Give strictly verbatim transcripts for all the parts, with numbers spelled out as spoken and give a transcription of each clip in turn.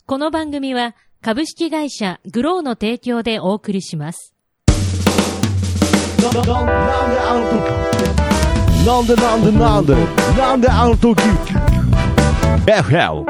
この番組は株式会社グローの提供でお送りします。 なんであの時なんでなんでなんでなんであの時 エフエル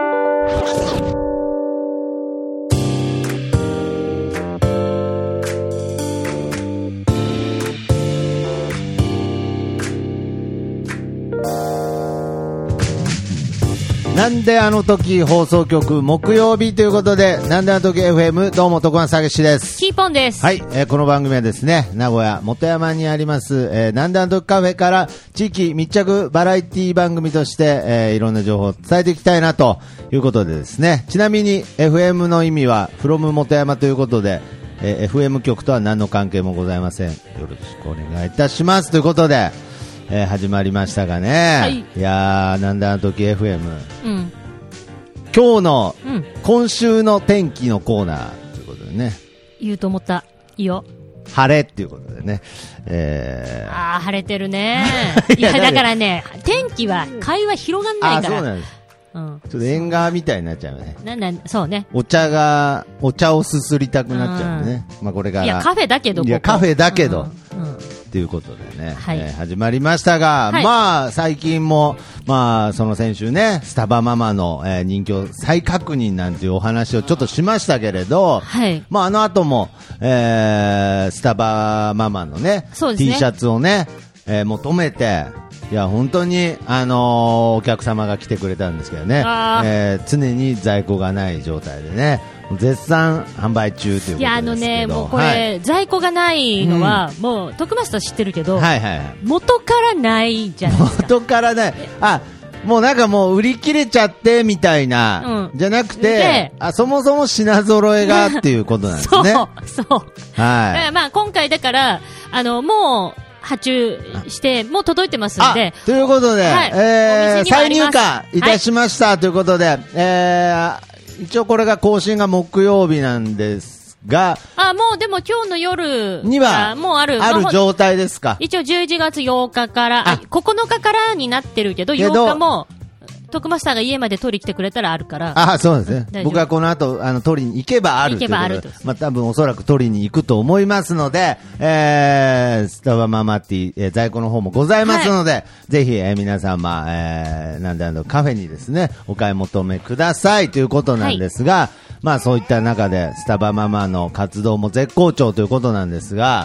なんであの時放送局木曜日ということで、なんであの時 エフエム、どうも徳松武史です。 キーポンです。 はい、えー、この番組はですね、名古屋本山にあります、えー、なんであの時カフェから地域密着バラエティ番組として、えー、いろんな情報を伝えていきたいなということでですね、ちなみに エフエム の意味は from 本山ということで、えー、エフエム 局とは何の関係もございません。よろしくお願いいたしますということで、えー、始まりましたがね、はい、いやー、なんであの時 エフエム、うん、今日の、うん、今週の天気のコーナーということでね、 言うと思った。いいよ。 晴れっていうことでね、えー、 あー晴れてるねいやだからね、天気は会話広がんないから。 あ、そうなんです、うん、ちょっと縁側みたいになっちゃうね。 なんなんそうね、 お茶がお茶をすすりたくなっちゃうね、うん、まあ、これからいやカフェだけど、 いやカフェだけど、 うんうんということでね、 はい、 えー、始まりましたが、はい、まあ最近もまあその先週ね、スタバママの、えー、人気を再確認なんていうお話をちょっとしましたけれど、 はい、 まああの後も、えー、スタバママのね、 そうですね、 T シャツをね、えー、求めて、いや本当に、あのー、お客様が来てくれたんですけどね、えー、常に在庫がない状態でね、絶賛販売中ということですけど、いやあのね、 もうこれ、はい、在庫がないのは、うん、もう徳松さん知ってるけど、 はいはいはい、 元からないじゃないですか。 元からない、あ、もうなんかもう売り切れちゃってみたいな、うん、じゃなくて、あ、そもそも品揃えがっていうことなんですね。 そうそう、はい、だからまあ今回だからあのもう発注してもう届いてますので、 ということで、はい、えー、再入荷いたしました、はい、ということで、えー一応これが更新が木曜日なんですが、 あ、もうでも今日の夜にはもうあるある状態ですか。 一応じゅういちがつようかからあここのかからになってるけど、ようかも徳松さんが家まで取り来てくれたらあるから。 あ、そうですね。僕はこの後あの取りに行けばあるということで、行けばあると、まあ多分おそらく取りに行くと思いますので、えー、スタバママティ、えー、在庫の方もございますので、はい、ぜひ、えー、皆様、えー、なんであのカフェにですねお買い求めくださいということなんですが、はい、まあそういった中でスタバママの活動も絶好調ということなんですが、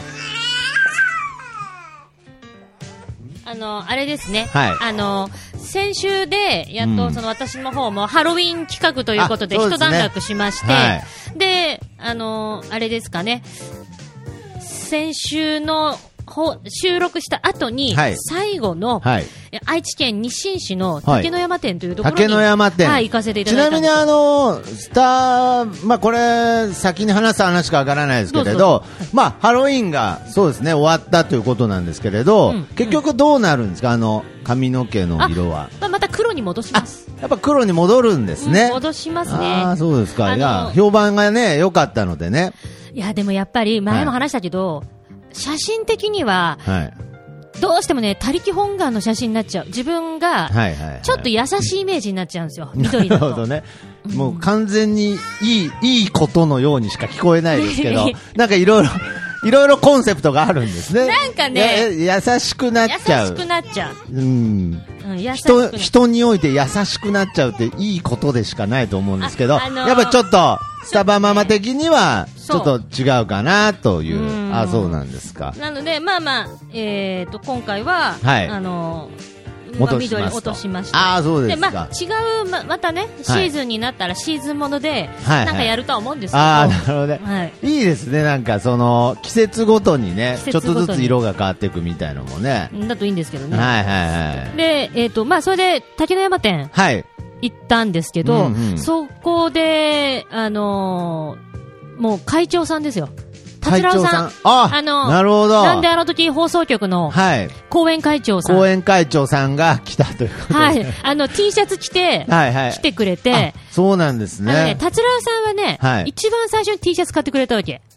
あのあれですね、 はい、 あの先週でやっとその私の方もハロウィン企画ということで一段落しまして、はい、であのあれですかね、先週の収録した後に最後の、はい、愛知県日進市の竹野山店というところに、 竹野山店、 はい、行かせていただいたんです。 ちなみにあのスター、まあ、これ先に話す話かわからないですけれど、どうぞ、まあ、ハロウィンがそうですね終わったということなんですけれど、うん、結局どうなるんですか、あの髪の毛の色は。 あ、また黒に戻します。 やっぱ黒に戻るんですね、うん、 戻しますね。 あ、そうですか。いや評判がね良かったのでね。 いやでもやっぱり前も話したけど、はい、写真的には、はい、どうしてもね他力本願の写真になっちゃう。自分がちょっと優しいイメージになっちゃうんですよ、緑だと。なるほどね、 うん、もう完全にいいいいことのようにしか聞こえないですけどなんかいろいろいろいろコンセプトがあるんですね。 なんかね優しくなっちゃう、 優しくなっちゃう、 うんうん、人, 人において優しくなっちゃうっていいことでしかないと思うんですけど、あのー、やっぱちょっとスタバママ的にはちょっと違うかなという。あ、そうなんですか。 なのでまあまあ、えー、と今回は、はい、あのーまあ、緑落としました。 あ、そうですか。 で、まあ、違う ま, またねシーズンになったらシーズンもので、はい、なんかやるとは思うんですけど、 はいはい、あ、なるほどね、はい、いいですね。なんかその季節ごとにねちょっとずつ色が変わっていくみたいなのもねだといいんですけどね。 はいはいはい。 で、えーとまあ、それで竹野山店、はい、行ったんですけど、うんうん、そこであのー、もう会長さんですよ、達郎さん、 あ、あのなるほど、 なんであの時放送局の講演会長さん、 講演会長さんが来たということで、 はい、あの T シャツ着て、はいはい、来てくれて、 そうなんですね。 あのね、達郎さんはね、はい、一番最初に T シャツ買ってくれたわけ。 あ、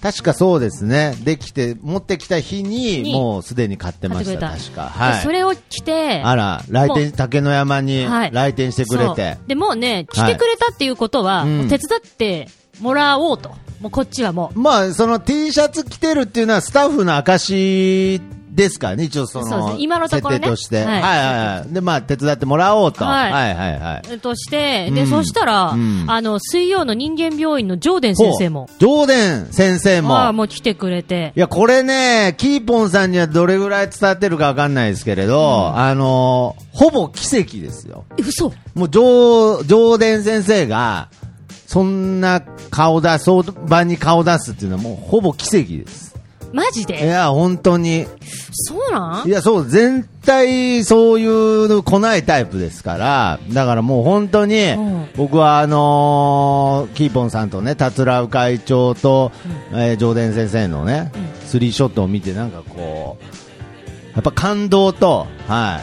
確かそうですね。できて、持ってきた日に、もうすでに買ってました、確か。はい。 それを着て、 あら、来店、竹の山に来店してくれて。はい、 で、もうね、来てくれたっていうことは、はい、手伝ってもらおうと。もうこっちはもう。 まあ、その T シャツ着てるっていうのはスタッフの証ですからね、一応その、そうです、今のところね、設定として。はい、はいはいはい。で、まあ、手伝ってもらおうと。はい、はい、はいはい。 として、で、うん、そしたら、うん、あの、水曜の人間病院のジョーデン先生も。 ジョーデン先生も。 ああ、もう来てくれて。 いや、これね、キーポンさんにはどれぐらい伝わってるかわかんないですけれど、うん、あの、ほぼ奇跡ですよ。 嘘。 もう、ジョー、ジョーデン先生が、そんな顔出す、相場に顔出すっていうのはもうほぼ奇跡です。 マジで？ いや、本当に。 そうなん？ いや、そう、全体そういう来ないタイプですから、だからもう本当に、うん、僕はあのー、キーポンさんとね、桂尾会長と、うん、えー、ジョーデン先生のね、うん、スリーショットを見てなんかこう、やっぱ感動と、はい、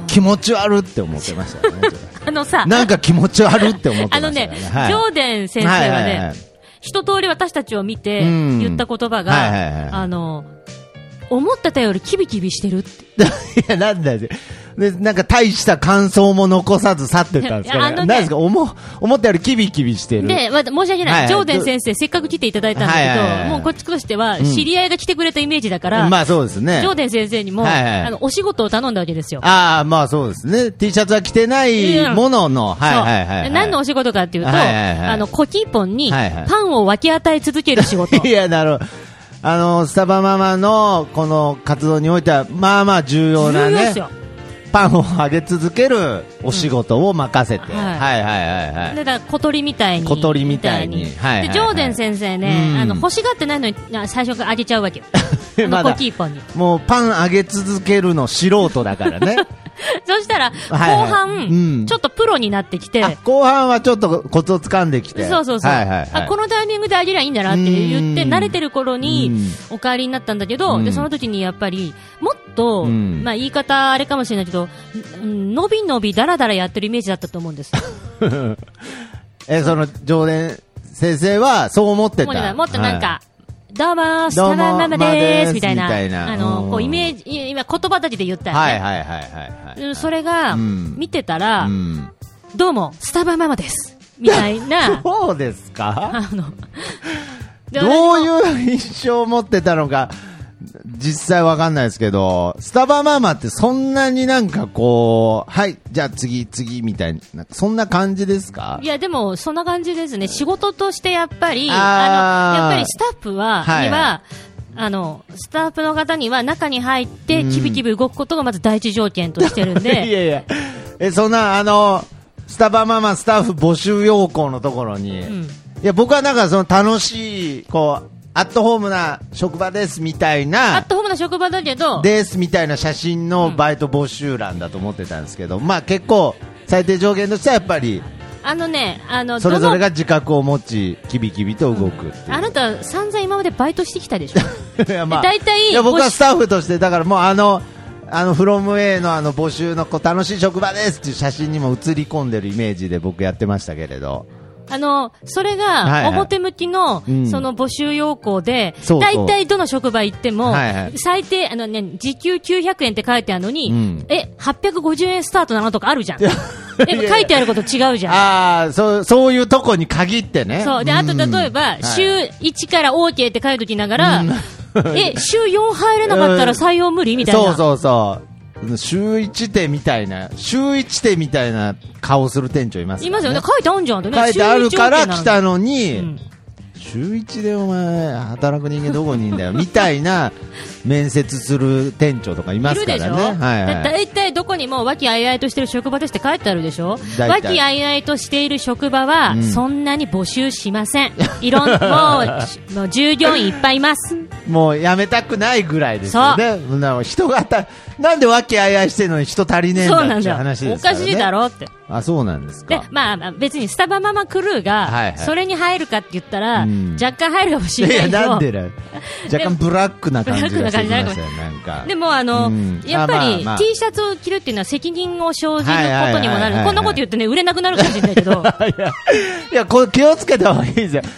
気持ち悪って思ってましたよね。 あのさ、 なんか気持ち悪って思ってましたよね。 あのね、はい、ジョーデン先生はね、はいはいはい、一通り私たちを見て言った言葉が、はいはいはい、あの、思ってたよりキビキビしてるって。 いや、なんだよ。で、なんか大した感想も残さず去ってったんですかね。あのね、なんですか、思、思ったよりキビキビしてる。 で、ま、申し訳ない。はいはい、ジョーデン先生、せっかく来ていただいたんだけど、はいはいはい、もうこっちとしては、知り合いが来てくれたイメージだから、 うん、まあそうですね。 ジョーデン先生にも、はいはい、あの、お仕事を頼んだわけですよ。 ああ、まあそうですね。T シャツは着てないものの、うん、はいはいはい、はい。 何のお仕事かっていうと、はいはいはい、あの、コキーポンに、パンを分け与え続ける仕事。 いや、なるほど。あの、スタバママの、この活動においては、まあまあ重要なね。重要ですよ。パンをあげ続けるお仕事を任せて、うん、はい、はいはいはいはい。 でだ小鳥みたいに、 小鳥みたいに、はいはいはい、 でジョーデン先生ね、うん、あの欲しがってないのに最初からあげちゃうわけよ。あのコキーポンに。 もうパンあげ続けるの素人だからね。 そしたら後半、はいはい、うん、ちょっとプロになってきて、 後半はちょっとコツを掴んできて、 そうそうそう、はいはいはい、あこのタイミングであげりゃいいんだなって言って慣れてる頃にお帰りになったんだけど、でその時にやっぱりもっと、まあ言い方あれかもしれないけど、のびのびだらだらやってるイメージだったと思うんです。 えその常連先生はそう思ってた。 もっとなんか、はい、どうもー、スタバママでーすみたいな、たいなあのこうイメージ、今言葉だけで言ったよね。はいはいはいはい、はい。それが、うん、見てたら、うん、どうもスタバママですみたいな。 そうですか。あのどういう印象を持ってたのか。実際わかんないですけど、スタバママってそんなになんかこう、はい、じゃあ次、次みたいな、そんな感じですか？ いや、でも、そんな感じですね。仕事としてやっぱり、あの、やっぱりスタッフは、はい、には、あの、スタッフの方には中に入って、キビキビ動くことがまず第一条件としてるんで。 いやいや、え、そんな、あの、スタバママスタッフ募集要項のところに、うん、いや、僕はなんかその楽しい、こう、アットホームな職場ですみたいな、 アットホームな職場だけどですみたいな写真のバイト募集欄だと思ってたんですけど、うん、まあ結構最低条件としてはやっぱりあのね、あのそれぞれが自覚を持ちキビキビと動くっていう、 うん、あなた散々今までバイトしてきたでしょ。いや、まあ、だいたいいや僕はスタッフとしてだからもうあのあのフロム A のあの募集のこう楽しい職場ですっていう写真にも写り込んでるイメージで僕やってましたけれど、 あのそれが表向きのその募集要項で、だいたいどの職場行っても最低あのね時給きゅうひゃくえんって書いてあるのに、うん、えはっぴゃくごじゅうえんスタートなのとかあるじゃん。え書いてあること違うじゃん。 ああ、そうそういうとこに限ってね。 そうで、あと例えば、うん、週いちから オーケー って書いておきながら、うん、え週よん入れなかったら採用無理みたいな。 そうそうそう。週一手みたいな、週一手みたいな顔する店長いますよね。 いますよね。書いてあるじゃんってね。 書いてあるから来たのに、うん、週一でお前働く人間どこにいるんだよみたいな面接する店長とかいますからね。いるでしょ。はいはい、だいたいどこにも和気あいあいとしてる職場ですって書いてあるでしょ。和気あいあいとしている職場はそんなに募集しません。うん、いろんもうもう従業員いっぱいいます。 もう辞めたくないぐらいですよね。人がたなんで和気あいあいしてるのに人足りねえんだっていう話ですからね。 おかしいだろって。 あ、そうなんですか。 で、まあ、別にスタバママクルーがそれに入るかって言ったら、はいはい、若干入るかもしれないけど。いや、なんでだよ。若干ブラックな感じがしてきましたよ、なんか。 でも、あの、うん、やっぱり、まあまあ、T シャツを着るっていうのは責任を生じることにもなる。こんなこと言ってね、売れなくなるかもしれないけど。いや、 いやこれ気をつけた方がいいですよ。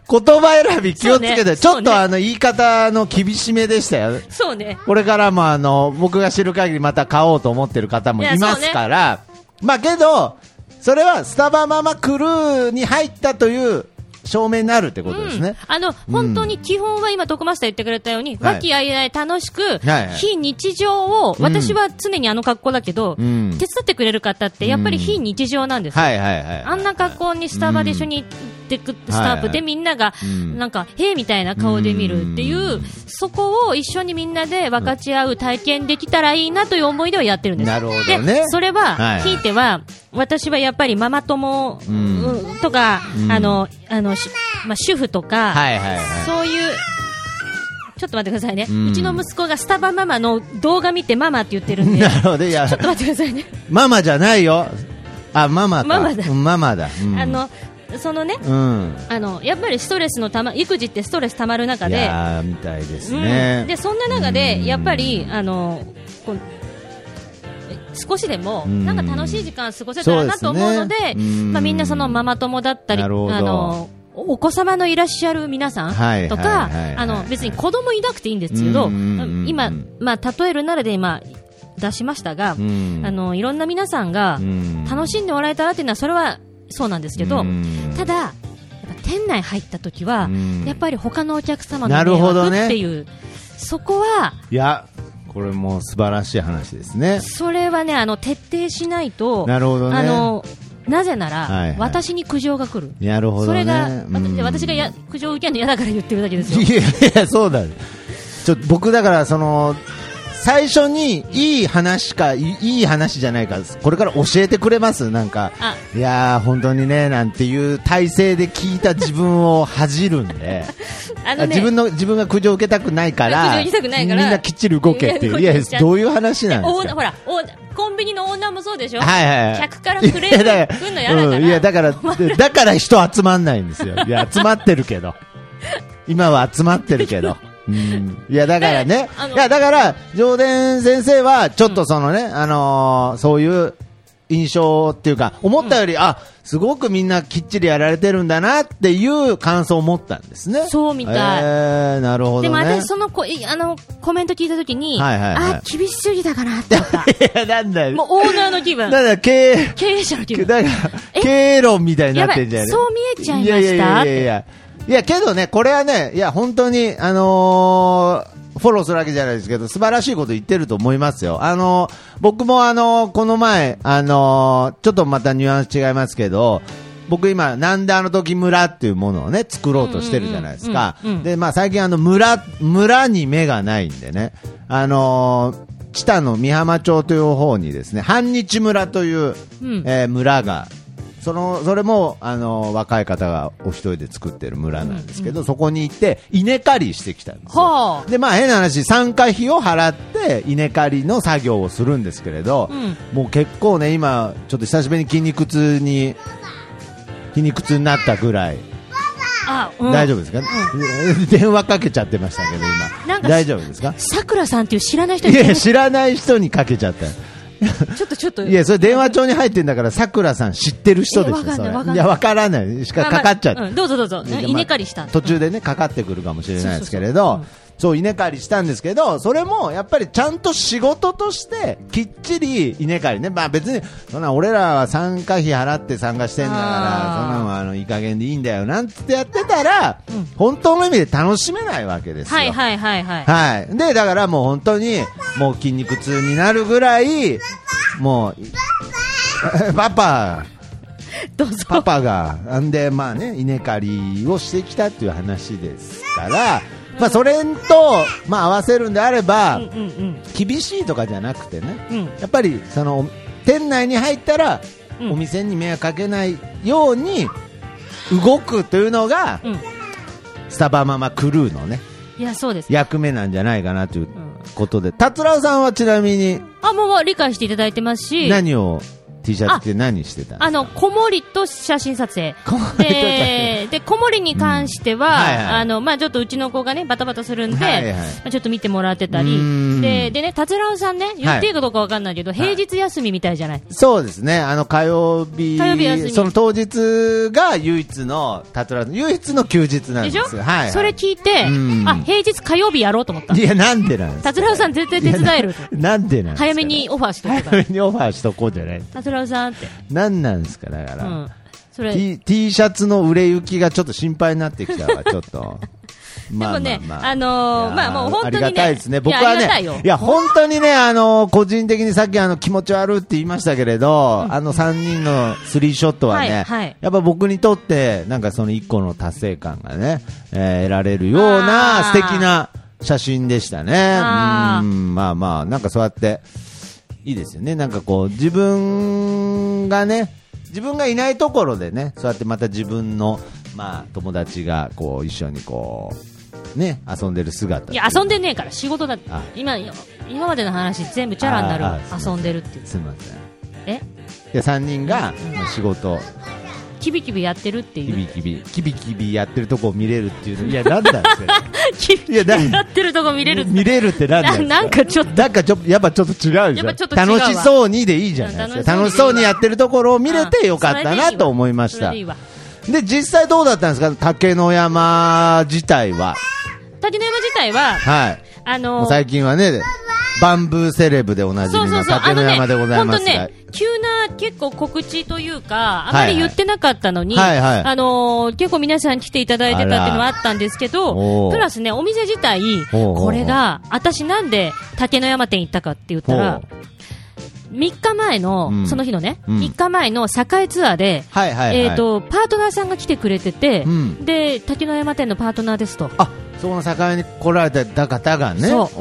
言葉選び気をつけて、 ね、 ちょっとあの言い方の厳しめでしたよ。 そうね。 これからもあの、僕が知る限りまた買おうと思ってる方もいますから、まあけど、それはスタバママクルーに入ったという証明になるってことですね。 うん、あの、本当に基本は今、徳マスター言ってくれたように、和気あいあい楽しく、はいはいはい、非日常を、私は常にあの格好だけど、うん、手伝ってくれる方って、やっぱり非日常なんですよ。はいはいはい、あんな格好にスタバで一緒に行ってく、スタッフでみんなが、なんか、へえみたいな顔で見るっていう、そこを一緒にみんなで分かち合う体験できたらいいなという思いではやってるんです。 なるほどね。 で、それは、ひいては、私はやっぱりママ友とか、うん、あの、あの、まあ、主婦とか、はいはいはい、そういう、ちょっと待ってくださいね、うん、うちの息子がスタバママの動画見てママって言ってるんで、 なるほど、いや、 ちょっと待ってくださいね。 ママじゃないよ。あ、ママか。 ママだ。 ママだ。うん、 あの、そのね、うん、あのやっぱりストレスのたま育児ってストレスたまる中で、いやみたいですね、 うん、でそんな中でやっぱりあのこう少しでもなんか楽しい時間過ごせたらなと思うので、でね、まあ、みんなそのママ友だったりあのお子様のいらっしゃる皆さんとか、あの別に子供いなくていいんですけど、今、まあ、例えるならで今出しましたが、あのいろんな皆さんが楽しんでもらえたらっていうのはそれはそうなんですけど、ただやっぱ店内入った時はやっぱり他のお客様の迷惑っていう、ね、そこはいやこれも素晴らしい話ですね。 それはねあの徹底しないと、 なるほどね、 あのなぜなら、はいはい、私に苦情が来る。 なるほどね。 それが、うん、私がや苦情を受けるの嫌だから言ってるだけですよ。 いやいやそうだ。ちょ僕だからその最初にいい話かいい話じゃないかこれから教えてくれますなんかいやー本当にねなんていう体勢で聞いた自分を恥じるんであの、ね、自分の自分が苦情を受けたくないから苦情受けたくないからみんなきっちり動けっていういやどういう話なんですか。 ほらコンビニのオーナーもそうでしょ。 はいはいはい、 客からクレーム来るの嫌だから、うん、 いやだからだから人集まんないんですよ。いや集まってるけど今は集まってるけどうん、いやだからね、いやだから上田先生はちょっとそのね、うん、あのー、そういう印象っていうか思ったより、うん、あすごくみんなきっちりやられてるんだなっていう感想を持ったんですね。 そうみたい。 えー、なるほどね。 でも私そのこあのコメント聞いたときに、はいはいはい、あ厳しすぎたかなって思った。いやなんだよ。 もうオーナーの気分。 だから経営経営者の気分。 だから経営論みたいになってんじゃない。 そう見えちゃいました。いやいやいやいやいや。 いやけどねこれはねいや本当にあのー、フォローするわけじゃないですけど素晴らしいこと言ってると思いますよ。あのー、僕もあのー、この前あのちょっとまたニュアンス違いますけど僕今なんであの時村っていうものをね作ろうとしてるじゃないですか。でまあ最近あの村村に目がないんでねあの知多の美浜町という方にですね半日村という、うん、えー、村がそのそれもあの若い方がお一人で作ってる村なんですけど、うんうん、そこに行って稲刈りしてきたんですよ、はあ、でまあ変な話参加費を払って稲刈りの作業をするんですけれど、うん、もう結構ね今ちょっと久しぶりに筋肉痛に筋肉痛になったぐらいあ、うん、大丈夫ですか、うん、電話かけちゃってましたけど今大丈夫ですか。 さくらさんっていう知らない人いや知らない人にかけちゃったちょっとちょっといやそれ電話帳に入ってんだからさくらさん知ってる人でしょ。それいやわからないしかかかっちゃって、まあまあうん、 どうぞどうぞ稲刈りした、 途中でねかかってくるかもしれないですけれどそう稲刈りしたんですけどそれもやっぱりちゃんと仕事としてきっちり稲刈りねまあ別にそんな俺らは参加費払って参加してんだからそんなのはあのいい加減でいいんだよなんつってやってたら、うん、本当の意味で楽しめないわけですよ。 はいはいはいはい、 はい、でだからもう本当にもう筋肉痛になるぐらいもうパパどうぞパパがんでまあね稲刈りをしてきたっていう話ですからまあ、それと、まあ、合わせるんであれば、うんうんうん、厳しいとかじゃなくてね、うん、やっぱりその店内に入ったら、うん、お店に迷惑かけないように動くというのが、うん、スタバママクルーのねいやそうです役目なんじゃないかなということで、達郎さんはちなみにあもう理解していただいてますし何をT シャツって何してたんですか。 あの子守と写真撮影でで子子守に関しては、 うんはいはい、 あの、まあ、ちょっとうちの子がね、バタバタするんで、 はいはい、 まあ、ちょっと見てもらってたり、で、でね、達郎さんね、言っていいかどうかわかんないけど、はい、平日休みみたいじゃない？ そうですね、あの、火曜日、 火曜日休み、 その当日が唯一の、達郎さん、唯一の休日なんですよ。 でしょ？ はいはい、 それ聞いて、あ、平日火曜日やろうと思った。 いや、なんでなんですか？ 達郎さん絶対手伝える。 なんでなんですか？ 早めにオファーしとこうか。 早めにオファーしとこうじゃない。 達郎さんって。 なんなんですか、だから。うん、 それ T, T シャツの売れ行きがちょっと心配になってきたわ、ちょっと。 でもね、まあまあ、あのー、まあもう本当にね。 ありがたいですね。僕はね、い や, いや本当にね、あのー、個人的にさっきあの気持ち悪いって言いましたけれど、うん、あのさんにんのスリーショットはね、はいはい、やっぱ僕にとってなんかそのいっこの達成感がね、えー、得られるような素敵な写真でしたね。あうんまあまあ、なんかそうやって、いいですよね。なんかこう、自分がね、自分がいないところでね、そうやってまた自分の、まあ、友達がこう一緒にこう、ね、遊んでる姿。 いや、遊んでねえから、仕事だって。今、今までの話全部チャラになる。遊んでるっていう。 すみません。 えいや、さんにんが、まあ、仕事。 キビキビやってるっていう。 キビキビ、キビキビやってるとこを見れるっていうの。いや、なんだそれ。 キビキビやってるとこ見れるって。 見れるってなんだよ。 なんかちょっと。 なんかちょっと、やっぱちょっと違うでしょ。楽しそうにでいいじゃないですか。楽しそうにやってるところを見れてよかったなと思いました。で、実際どうだったんですか、竹野山自体は。 竹野山自体は、はい。あのー、 最近はね、バンブーセレブでおなじみの竹野山でございますが、 ね、急な結構告知というか、あまり言ってなかったのに、はいはい、あのー、結構皆さん来ていただいてたっていうのはあったんですけど、プラスね、お店自体、これが、私なんで竹野山店行ったかって言ったら、みっかまえの、うん、その日のね、うん、みっかまえの栄ツアーで、はいはいはい、えっ、ー、と、パートナーさんが来てくれてて、うん、で、竹野山店のパートナーですと。 あ、その境に来られた方がね。 そう。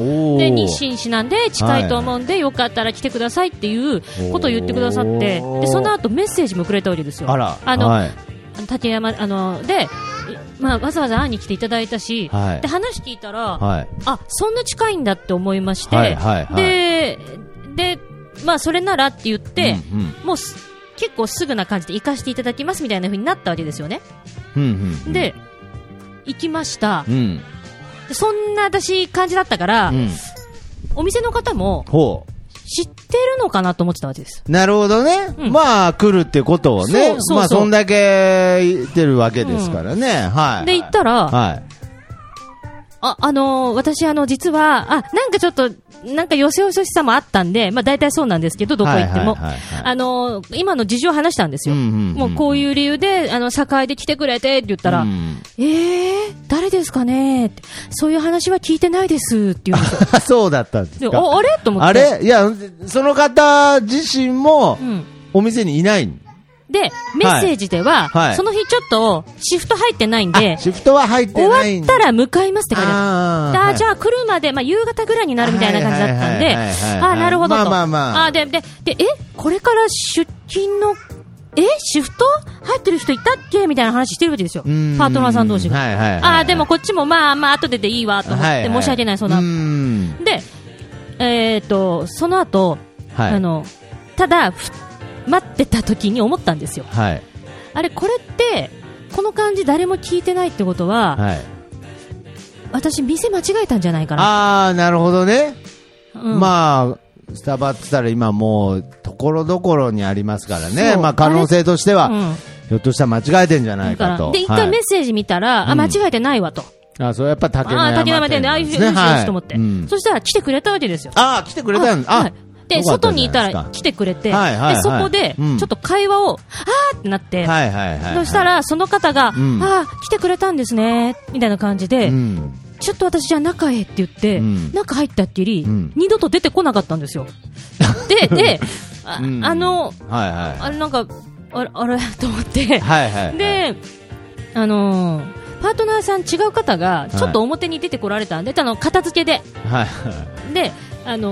で、日清市なんで近いと思うんで、はい、よかったら来てくださいっていうことを言ってくださって、で、その後メッセージもくれたわけですよ。 あら。 あの、 はい、 竹山、あの、で、まあ、わざわざ会いに来ていただいたし、はい、で、話聞いたら、はい、あ、そんな近いんだって思いまして、はいはいはい、で、で、まあ、それならって言って、うんうん、もう結構すぐな感じで行かせていただきますみたいな風になったわけですよね。うんうんうん、で、行きました、うん、でそんな私感じだったから、うん、お店の方も知ってるのかなと思ってたわけです。 なるほどね、うん、まあ来るってことをね、そうそうそう、まあそんだけ言ってるわけですからね、うん、はい。 で行ったら、はい、あ、あのー、私あの実は、あ、なんかちょっとなんかよせよせしさもあったんで、まあ大体そうなんですけど、どこ行っても。はいはいはいはい、あのー、今の事情を話したんですよ。うんうんうん、もうこういう理由で、あの、境で来てくれてって言ったら、うん、えー、誰ですかねって、そういう話は聞いてないですって言うんですよ。 そうだったんですか。 あ、あれと思って。 あれいや、その方自身も、お店にいない、うんで、メッセージでは、はいはい、その日ちょっとシフト入ってないんで、 シフトは入ってない終わったら向かいますって書いてある。あ、はい、じゃあ来るまで、まあ夕方ぐらいになるみたいな感じだったんで、あ、なるほどと。まあまあまあ。あ、で、で、で、え、これから出勤の、え、シフト入ってる人いたっけみたいな話してるわけですよ。パートナーさん同士が。はいはいはいはい、あ、でもこっちもまあまあ後ででいいわと思って申し訳ない、そんな。で、えっと、その後、はい、あの、ただ、待ってた時に思ったんですよ、はい、あれこれってこの感じ誰も聞いてないってことは、はい、私店間違えたんじゃないかな。 あー、なるほどね、うん、まあスタバって言ったら今もうところどころにありますからね、まあ可能性としては、うん、ひょっとしたら間違えてんじゃないかと。 で一回メッセージ見たら、はい、あ間違えてないわと、 うん、あ、それやっぱ竹野山店、ね、あ竹野山店でああいうふうにしようと思って、はい、うん、そしたら来てくれたわけですよ。 あ、来てくれたんだ。あ、はい、 で、外にいたら来てくれて、はいはいはい、で、そこで、ちょっと会話を、うん、あーってなって、はいはいはいはい、そしたら、その方が、うん、あー、来てくれたんですね、みたいな感じで、うん、ちょっと私じゃあ中へって言って、うん、中入ったっきり、うん、二度と出てこなかったんですよ。で、で、あ、うん、あの、はいはい、あれなんか、あれ、あれと思って、はいはいはい、で、あのー、パートナーさん違う方が、ちょっと表に出てこられたんで、はい、あの、片付けで。はいはい、で、あの、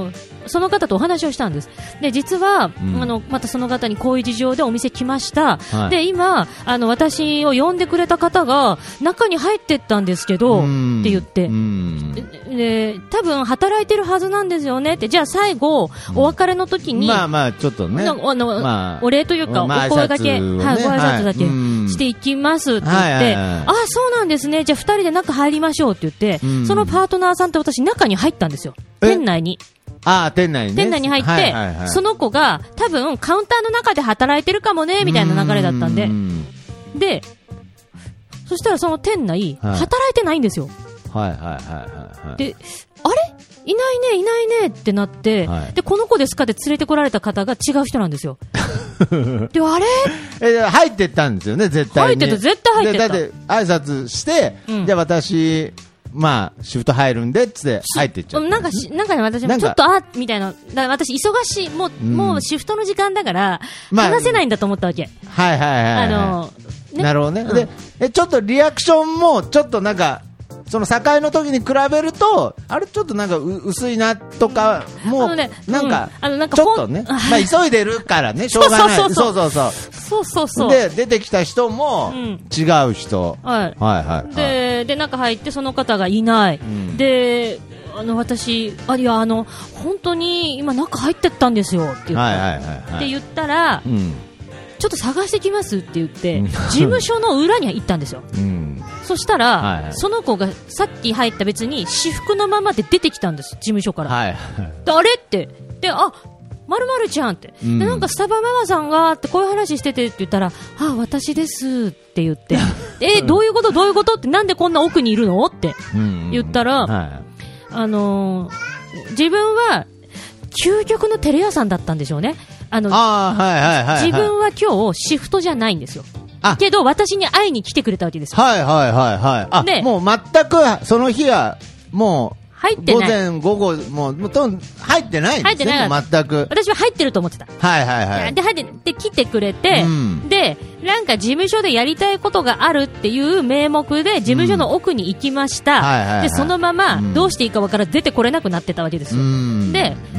その方とお話をしたんです。で実は、うん、あのまたその方にこういう事情でお店来ました、はい、で今あの私を呼んでくれた方が中に入ってったんですけどって言って、で多分働いてるはずなんですよねって。じゃあ最後、うん、お別れの時にまあまあちょっとね、あの、まあ、お礼というか、 まあ、 お声掛け、 ね、 はい、ご挨拶だけしていきますって言って、はいはいはい、あそうなんですね、じゃあふたりで中入りましょうって言って、うん、そのパートナーさんと私中に入ったんですよ、店内に。 ああ、店内にね。 店内に入って、はいはいはい、その子が多分カウンターの中で働いてるかもねみたいな流れだったんで、でそしたらその店内、はい、働いてないんですよ。はいはいはいはい、はい、であれいないねいないねってなって、はい、でこの子ですかって連れてこられた方が違う人なんですよ。であれえ入ってったんですよね、絶対に。 入ってた、絶対入ってた。 だって挨拶して、うん、で私まあシフト入るんでっつって入ってっちゃう。 なんかしなんかね、私もちょっとあみたいな、だから私忙しい、もう、うん、もうシフトの時間だから、まあ、話せないんだと思ったわけ。 はいはいはい、はい、 あのね、なるほどね、うん、でえちょっとリアクションもちょっとなんかその境の時に比べるとあれちょっとなんか薄いなとかもう、ね、なんかちょっとね、まあ急いでるからねしょうがない。そうそうそうそうそうそうそうで出てきた人も違う人、うん、はいはいはい、 でで中入ってその方がいない、うん、であの私あいやあの本当に今中入ってったんですよって言った、はいはいはいはい、って言ったら、うん、ちょっと探してきますって言って事務所の裏に行ったんですよ、うん、そしたら、はいはい、その子がさっき入った別に私服のままで出てきたんです、事務所から、はい、であれってであまるまるちゃんって、うん、でなんかスタバママさんがってこういう話しててって言ったらあ私ですって言ってえどういうことどういうことってなんでこんな奥にいるのって言ったら、うんうん、はい、あのー、自分は究極のテレ屋さんだったんでしょうね。あのあ、はいはいはいはい、 自分は今日シフトじゃないんですよ。けど私に会いに来てくれたわけですよ。 はいはいはいはい。あでもう全くその日はもう入ってない、 午前午後もうもうと入ってないんですね。入ってない、全く私は入ってると思ってた。 はいはいはい。 で入ってで来てくれて、うん、でなんか事務所でやりたいことがあるっていう名目で事務所の奥に行きました、うん、はいはいはい、でそのままどうしていいかわからず出てこれなくなってたわけですよ、うん、で、うん、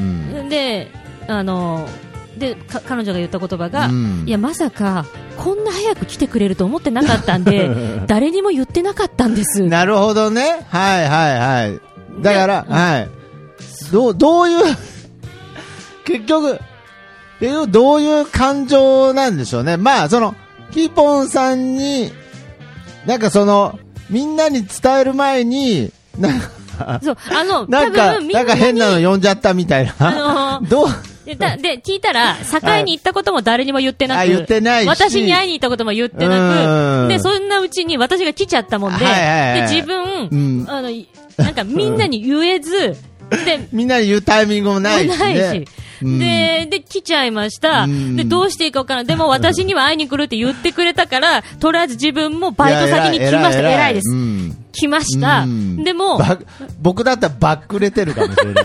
であので彼女が言った言葉が、うん、いやまさかこんな早く来てくれると思ってなかったんで誰にも言ってなかったんです。 なるほどね、はいはいはい。だから、はい、どう、どういう結局どういう感情なんでしょうね。まあそのキーポンさんになんかそのみんなに伝える前になんかそうあのなんか多分みんなになんか変なの呼んじゃったみたいな、あのー、どうで, で聞いたら境に行ったことも誰にも言ってなく、はい、 言ってないし私に会いに行ったことも言ってなくでそんなうちに私が来ちゃったもんで、はいはいはい、で自分、うん、あのなんかみんなに言えずでみんなに言うタイミングもないし、ね、ないしうん、で, で来ちゃいました、うん、でどうしていいか分からない。でも私には会いに来るって言ってくれたからとりあえず自分もバイト先に来ました。偉い、偉いです、うん、来ました、うん、でも僕だったらバックれてるかもしれない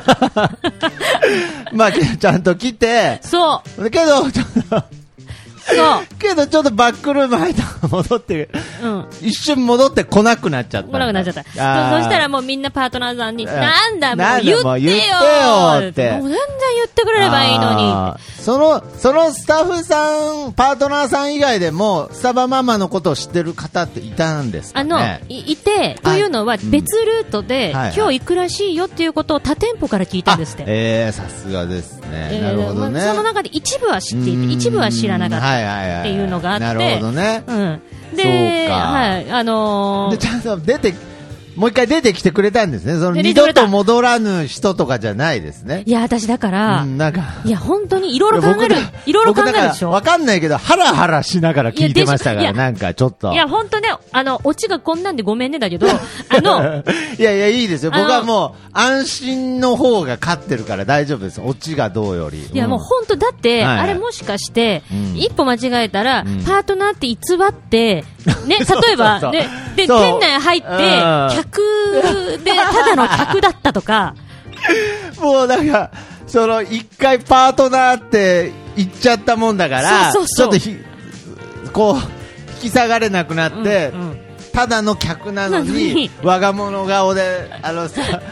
まあちゃんと来てそうけどちょっとそうけどちょっとバックルーム入った戻って、うん、一瞬戻って来なくなっちゃった。 来なくなっちゃった。そしたらもうみんなパートナーさんになんだもう言ってよーってもう全然言ってくれればいいのに。 そのそのスタッフさんパートナーさん以外でもスタバママのことを知ってる方っていたんですかね。 あの い, いてというのは別ルートで、うんはいはい、今日行くらしいよっていうことを他店舗から聞いたんですって。 えー、さすがですね、えー、なるほどね。 その中で一部は知っていて一部は知らなかった、はいはいはい、っていうのがあって、 なるほどね、 うん、で、はいあのー、 でちゃんと出てもう一回出てきてくれたんですね。その二度と戻らぬ人とかじゃないですね。 いや私だから、うん、なんかいや本当にいろいろ考えるいろいろ考えるでしょ。 わかんないけどハラハラしながら聞いてましたから、なんかちょっといや本当ねあのオチがこんなんでごめんねだけどあのいやいやいいですよ。僕はもう安心の方が勝ってるから大丈夫です。オチがどうより、うん、 いやもう本当だって、はいはい、あれもしかして、うん、一歩間違えたら、うん、パートナーって偽ってね例えばでで店内入って客でただの客だったとかもうなんかその一回パートナーって言っちゃったもんだからそうそうそうちょっとひこう引き下がれなくなって、うんうん、ただの客なのに我が物顔であのさ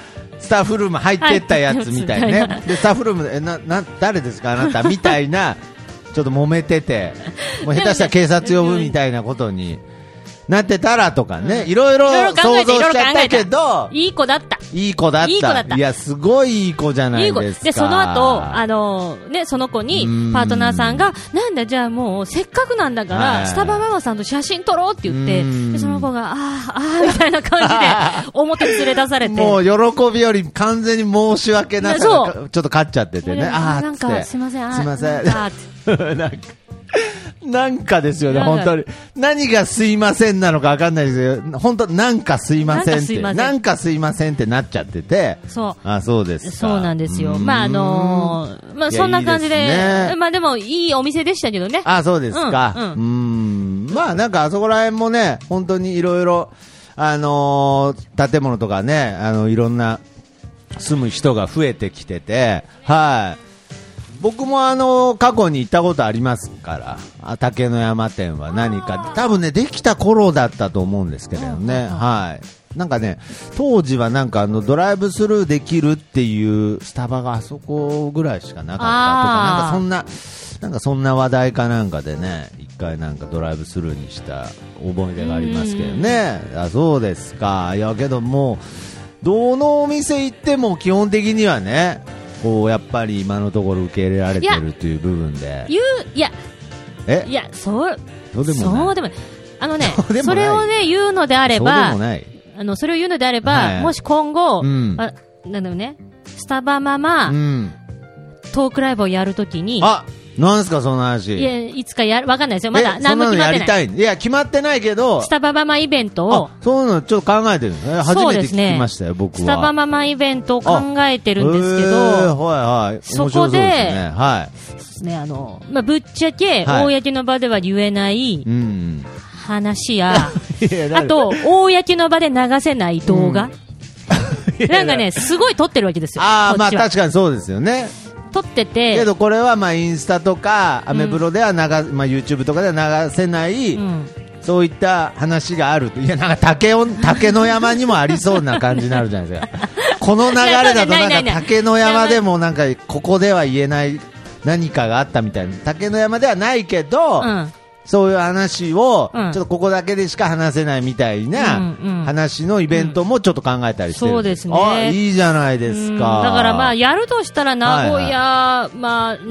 スタッフルーム入ってったやつみたいね。で、スタッフルームで、え、な、な、誰ですかあなたみたいな、ちょっと揉めてて、もう下手したら警察呼ぶみたいなことになってたらとかね、いろいろ想像しちゃったけど、 いい子だった。 いい子だった。 いい子だった。 いや、すごいいい子じゃないですか。 で、その後、あの、ね、その子に、パートナーさんが、なんだ、じゃあもう、せっかくなんだから、スタバママさんと写真撮ろうって言って、で、その子が、ああ、ああ、みたいな感じで、表連れ出されて。 もう、喜びより完全に申し訳なさが、ちょっと勝っちゃっててね。ああ、 なんか、すいません、 すいません。 なんか、 なんかですよね、本当に。何がすいませんなのか分かんないですけど、本当なんかすいませんって、なんかすいませんってなっちゃってて。 そう。 あ、そうですか。 そうなんですよ。まあ、あのー、まあ、そんな感じで、いいでね、まあでも、いいお店でしたけどね。 あ、そうですか。うん。うん、まあ、なんかあそこら辺もね、本当にいろいろ、あのー、建物とかね、あの、いろんな住む人が増えてきてて、はい。僕もあの過去に行ったことありますから竹の山店は何か多分ねできた頃だったと思うんですけどね、はいなんかね当時はなんかあのドライブスルーできるっていうスタバがあそこぐらいしかなかったとかなんかそんななんかそんな話題かなんかでね一回なんかドライブスルーにした思い出がありますけどね。あそうですか。いやけどもうどのお店行っても基本的にはねこうやっぱり今のところ受け入れられてるという部分で言ういやえいやそうそうでもないそうでもないあのねそれをね言うのであればそうでもないあのそれを言うのであれば、はい、もし今後、うん、あなんだろうねスタバママ、うん、トークライブをやるときにあなんすかその話いやいつかやるわかんないですよまだ何も決まってない。 そんなのやりたいいや決まってないけどスタバママイベントをそういうのちょっと考えてるんですね。初めて聞きましたよ、ね、僕はスタバママイベントを考えてるんですけど、 はいはい、 そこで、 ねはいねあのまあ、ぶっちゃけ、はい、公の場では言えない話や、うん、あと公の場で流せない動画、うん、なんかねすごい撮ってるわけですよ。 あまあ確かにそうですよね。 撮っててけどこれはまあインスタとかアメブロでは流、うんまあ、YouTube とかでは流せない、うん、そういった話がある。いやなんか 竹, を竹の山にもありそうな感じになるじゃないですかこの流れだとなんか竹の山でもなんかここでは言えない何かがあったみたいな竹の山ではないけど、うんそういう話を、ちょっとここだけでしか話せないみたいな話のイベントもちょっと考えたりしてる、うんうん、そうですね。あ、いいじゃないですか。 だからまあやるとしたら名古屋、はいはい、まあ、うん、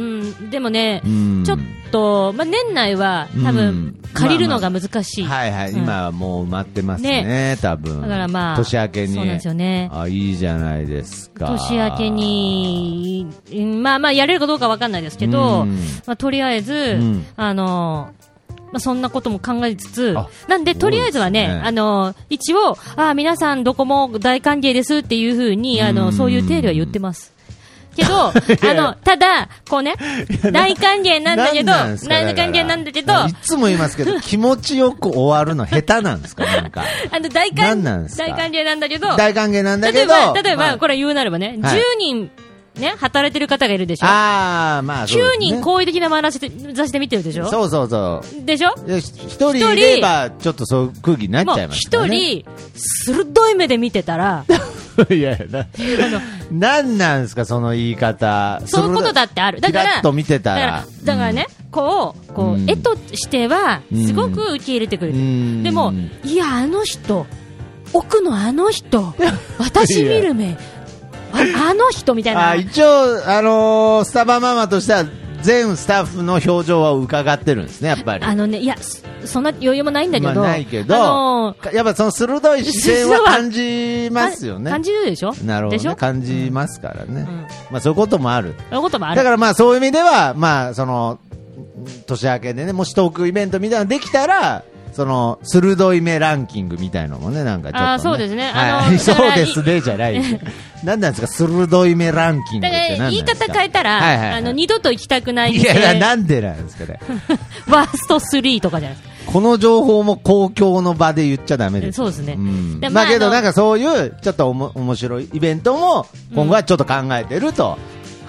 でもね、うん、ちょっと、まあ年内は多分借りるのが難しい。 まあまあ、はいはい、うん、今はもう埋まってますね、ね多分。 だからまあ、 年明けに。 そうなんですよね。 あ、いいじゃないですか。 年明けに、まあまあやれるかどうかわかんないですけど、うん、まあとりあえず、うん、あの、まあ、そんなことも考えつつ、なんでとりあえずはね、ねあの一応あ皆さんどこも大歓迎ですっていう風にあのそういう程度は言ってます。けどあのただこうね大歓迎なんだけど大歓迎なんだけどいつも言いますけど気持ちよく終わるの下手なんですかなんかあの大歓大歓迎なんだけど大歓迎なんだけど例えば例えば、まあ、これ言うなればね、はい、じゅうにんね、働いてる方がいるでしょ。 あー、まあ、 きゅうにん好意的な雑誌で見てるでしょ。 そうそうそうでしょ。 ひとりいればちょっとそういう空気になっちゃいますからね。 ひとり鋭い目で見てたらいやいやななんなんですかその言い方。 そういうことだってある。だからキラッと見てたらだから、だからね、うん、こうこう、うん、絵としてはすごく受け入れてくれてる、うん、でもいやあの人奥のあの人私見る目あ, あの人みたいな。 あ一応、あのー、スタバママとしては全スタッフの表情は伺ってるんですねやっぱり。 あのねいやそんな余裕もないんだけど、 まあ、ないけど、あのー、やっぱその鋭い視線は感じますよね。 感じるでしょ。 なるほど、ね、感じますからね、うん、まあそういうこともある。 そういうこともある。 だからまあそういう意味ではまあその年明けでねもしトークイベントみたいなのできたら。その鋭い目ランキングみたいなのもねなんかちょっと、ね、 あそうですね、 はい、あのそうですねじゃないなんなんですか鋭い目ランキングって何なんですか。 言い方変えたら、はいはいはい、あの二度と行きたくない店。いやなんでなんですかねワーストスリーとかじゃないですか。 この情報も公共の場で言っちゃダメです。 そうですね、 うんまあ、けどなんかそういうちょっとおも面白いイベントも今後はちょっと考えてると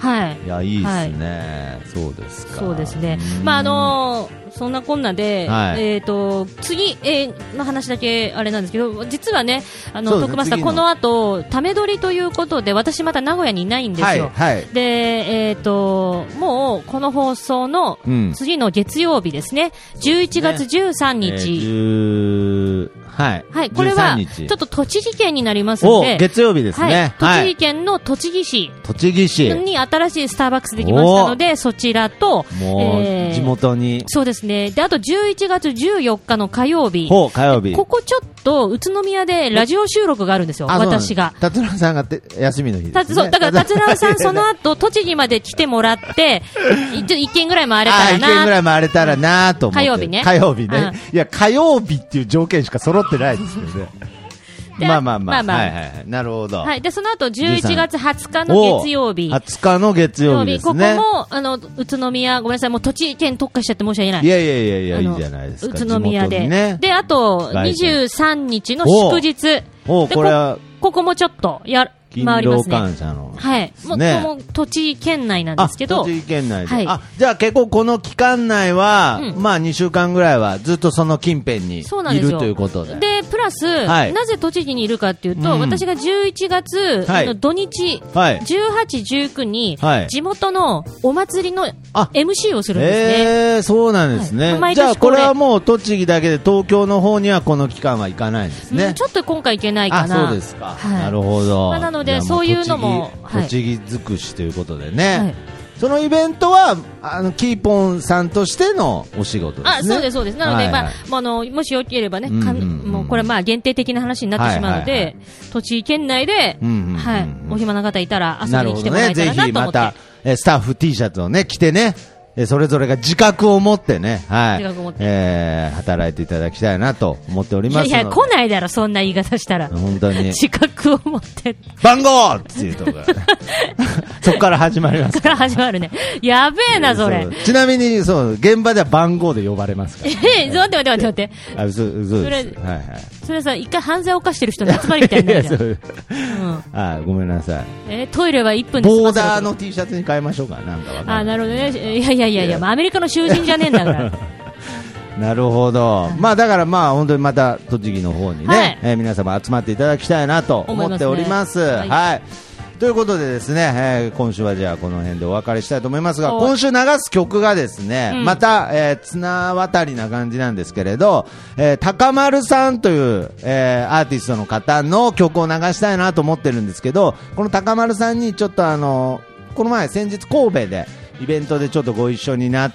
はい。 いや、いいですね。はい、そうですか。 そうですね。まあ、あのー、そんなこんなで、はい、えっ、ー、と、次、えー、の話だけあれなんですけど、実はね、あの、トークマスター、この後、ため撮りということで、私また名古屋にいないんですよ。はいはい、で、えっ、ー、と、もう、この放送の次の月曜日ですね、うん、じゅういちがつじゅうさんにち。 えーはい。 はい。これは、ちょっと栃木県になりますので。 月曜日ですね。 はい。栃木県の栃木市。 栃木市。 に新しいスターバックスできましたので、そちらと、 もう、地元に。 そうですね。で、あとじゅういちがつじゅうよっかの火曜日。 ほう、火曜日。 ここちょっと、宇都宮でラジオ収録があるんですよ。私が。 達郎さんが休みの日ですね。 そう、だから達郎さんその後、栃木まで来てもらって、一軒ぐらい回れたらな。 一軒ぐらい回れたらなと思って。 火曜日ね。 火曜日ね。いや、火曜日っていう条件しか揃ってないですよね。まあまあまあ、まあまあ、はいはいはい。なるほど。 はい。で、その後、じゅういちがつはつかの月曜日。 はつかの月曜日ですね。 ここも、あの、宇都宮、ごめんなさい、もう栃木県特化しちゃって申し訳ない。 いやいやいやいや、いいじゃないですか。 宇都宮で。ね、で、あと、にじゅうさんにちの祝日。 おこれはこ、ここもちょっと、や、回りますね。 感謝の。 はい。もう、ね、もう栃木県内なんですけど。 栃木県内で。はい。あ、じゃあ結構この期間内は、うん、まあにしゅうかんぐらいはずっとその近辺にいるということで。 で、プラス、はい、なぜ栃木にいるかっていうと、うん、私がじゅういちがつ、はい、の土日、はい、じゅうはち、じゅうくに、はい、地元のお祭りの エムシー をするんですね。 えー、そうなんですね。はい、じゃあこれはもう栃木だけで東京の方にはこの期間は行かないんですね。 うん、ちょっと今回行けないかな。 あ、そうですか。はい、なるほど。 まあ、なので、そういうのも栃木尽くしということでね、はい、そのイベントはあのキーポンさんとしてのお仕事ですね。 あ、そうですそうです。なので、はいはい、まあ、あのもしよければね、うんうんうん、もうこれまあ限定的な話になってしまうので、はいはいはい、栃木県内で、うんうんうん、はい、お暇な方いたら遊びに来てもらえたらなと思って、ね、ぜひまたえスタッフ T シャツをね着てね。それぞれが自覚を持ってね、はい、えー、働いていただきたいなと思っておりますので。いやいや、 来ないだろ、そんな言い方したら。 本当に。 自覚を持って。 番号っていうところが、ね、そこから始まります。 そこから始まるね。やべえな、それ。 ちなみに、そう、現場では番号で呼ばれますから、ね。 えー、待って待って待って待って。 あ、そう、そうです。それ、はいはい。 それさ、一回犯罪を犯してる人の集まりみたいになるじゃん。うん、 あ、ごめんなさい。 えー、トイレはいっぷんでボーダーの T シャツに変えましょうか、なんかわかんない。 あ、なるほどね。いやいやいやいや、まあ、アメリカの囚人じゃねえんだから。 なるほど、まあだからまあ本当にまた栃木の方にね、はい、えー、皆様集まっていただきたいなと思っております。はい、はい。ということでですね、えー、今週はじゃあこの辺でお別れしたいと思いますが、今週流す曲がですね、うん、また、えー、綱渡りな感じなんですけれど、えー、高丸さんという、えー、アーティストの方の曲を流したいなと思ってるんですけど、この高丸さんにちょっとあのこの前先日神戸でイベントでちょっとご一緒になって、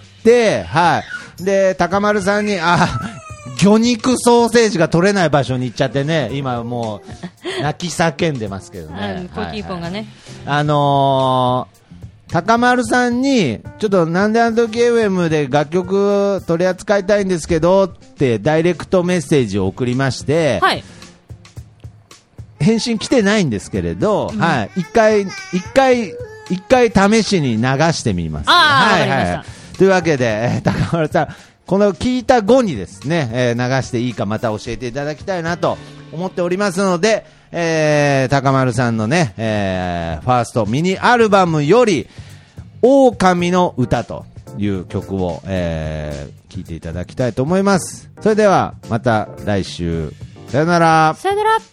はい。で、高丸さんに、あ、魚肉ソーセージが取れない場所に行っちゃってね、今もう、泣き叫んでますけどね。 コーキーポンがね。 あのー、高丸さんに、ちょっとなんであの時 エフエム で楽曲取り扱いたいんですけど、ってダイレクトメッセージを送りまして、はい。返信来てないんですけれど、うん、はい。一回、一回、一回試しに流してみます。 ああ、はいはいはい。 というわけで、えー、高丸さん、この聞いた後にですね、えー、流していいかまた教えていただきたいなと思っておりますので、えー、高丸さんのね、えー、ファーストミニアルバムより、狼の歌という曲を、えー、聞いていただきたいと思います。それでは、また来週。さよなら。 さよなら。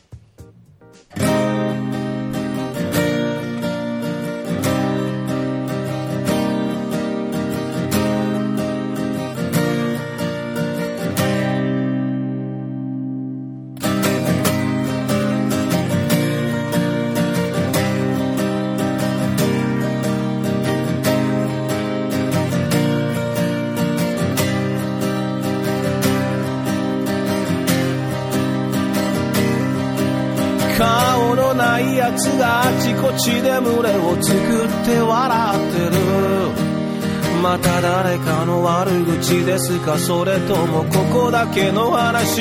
顔のないやつがあちこちで群れを作って笑ってる。また誰かの悪口ですか、それともここだけの話。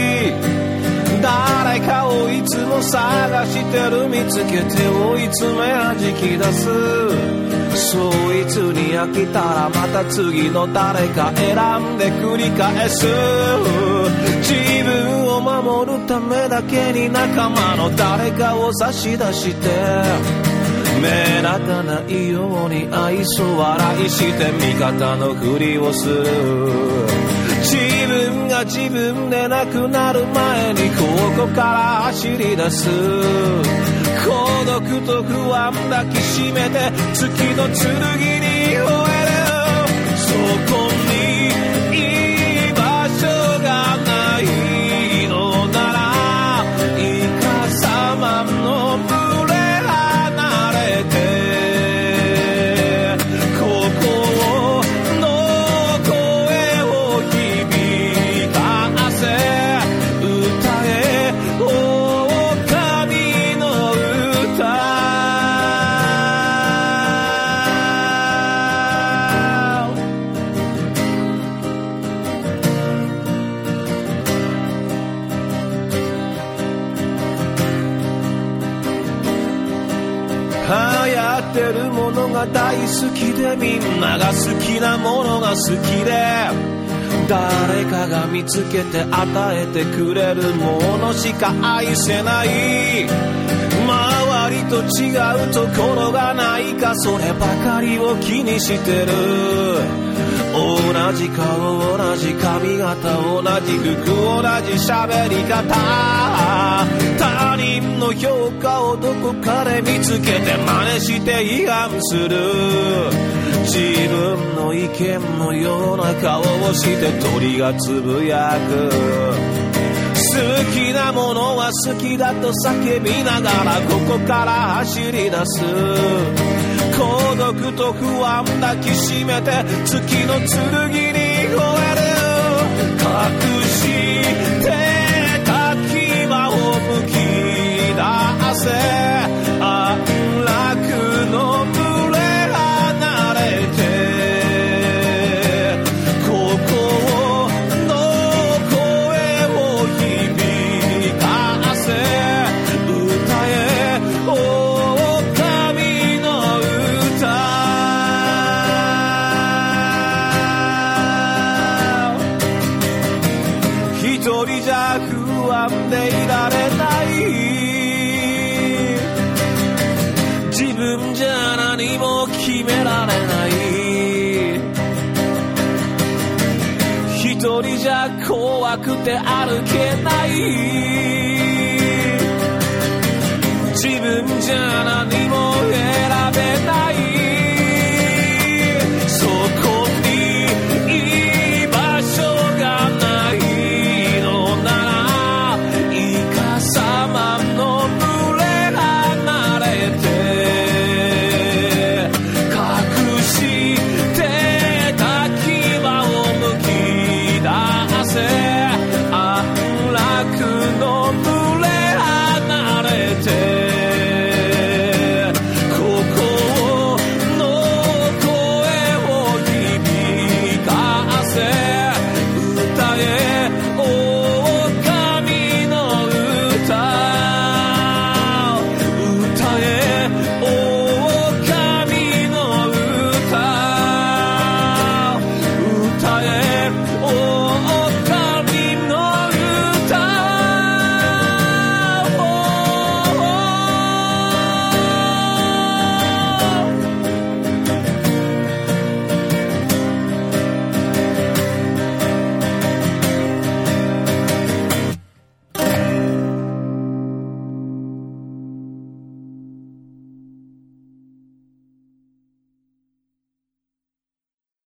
誰かをいつも探してる、見つけて追い詰め弾き出す。そいつに飽きたらまた次の誰か選んで繰り返す。自分を守るためだけに仲間の誰かを差し出して目立たないように愛想笑いして味方のふりをする。自分が自分でなくなる前にここから走り出す。孤独と不安抱きしめて月の剣に吠える。そこに居場所がないのならイカサマの群れ離れてここの声を響かせ歌え狼の歌。流行ってるものが大好きでみんなが好きなものが好きで誰かが見つけて与えてくれるものしか愛せない。周りと違うところがないかそればかりを気にしてる。同じ顔同じ髪型同じ服同じ喋り方他人の評価をどこかで見つけて真似して違反する。自分の意見のような顔をして鳥がつぶやく。好きなものは好きだと叫びながらここから走り出す。孤独と不安抱きしめて月の剣に吠える。隠してた牙をむき出せ安楽の群れ離れてここの声を響かせ歌え狼の歌。一人じゃ不安でいられない。自分じゃ何も決められない。一人じゃ怖くて歩けない。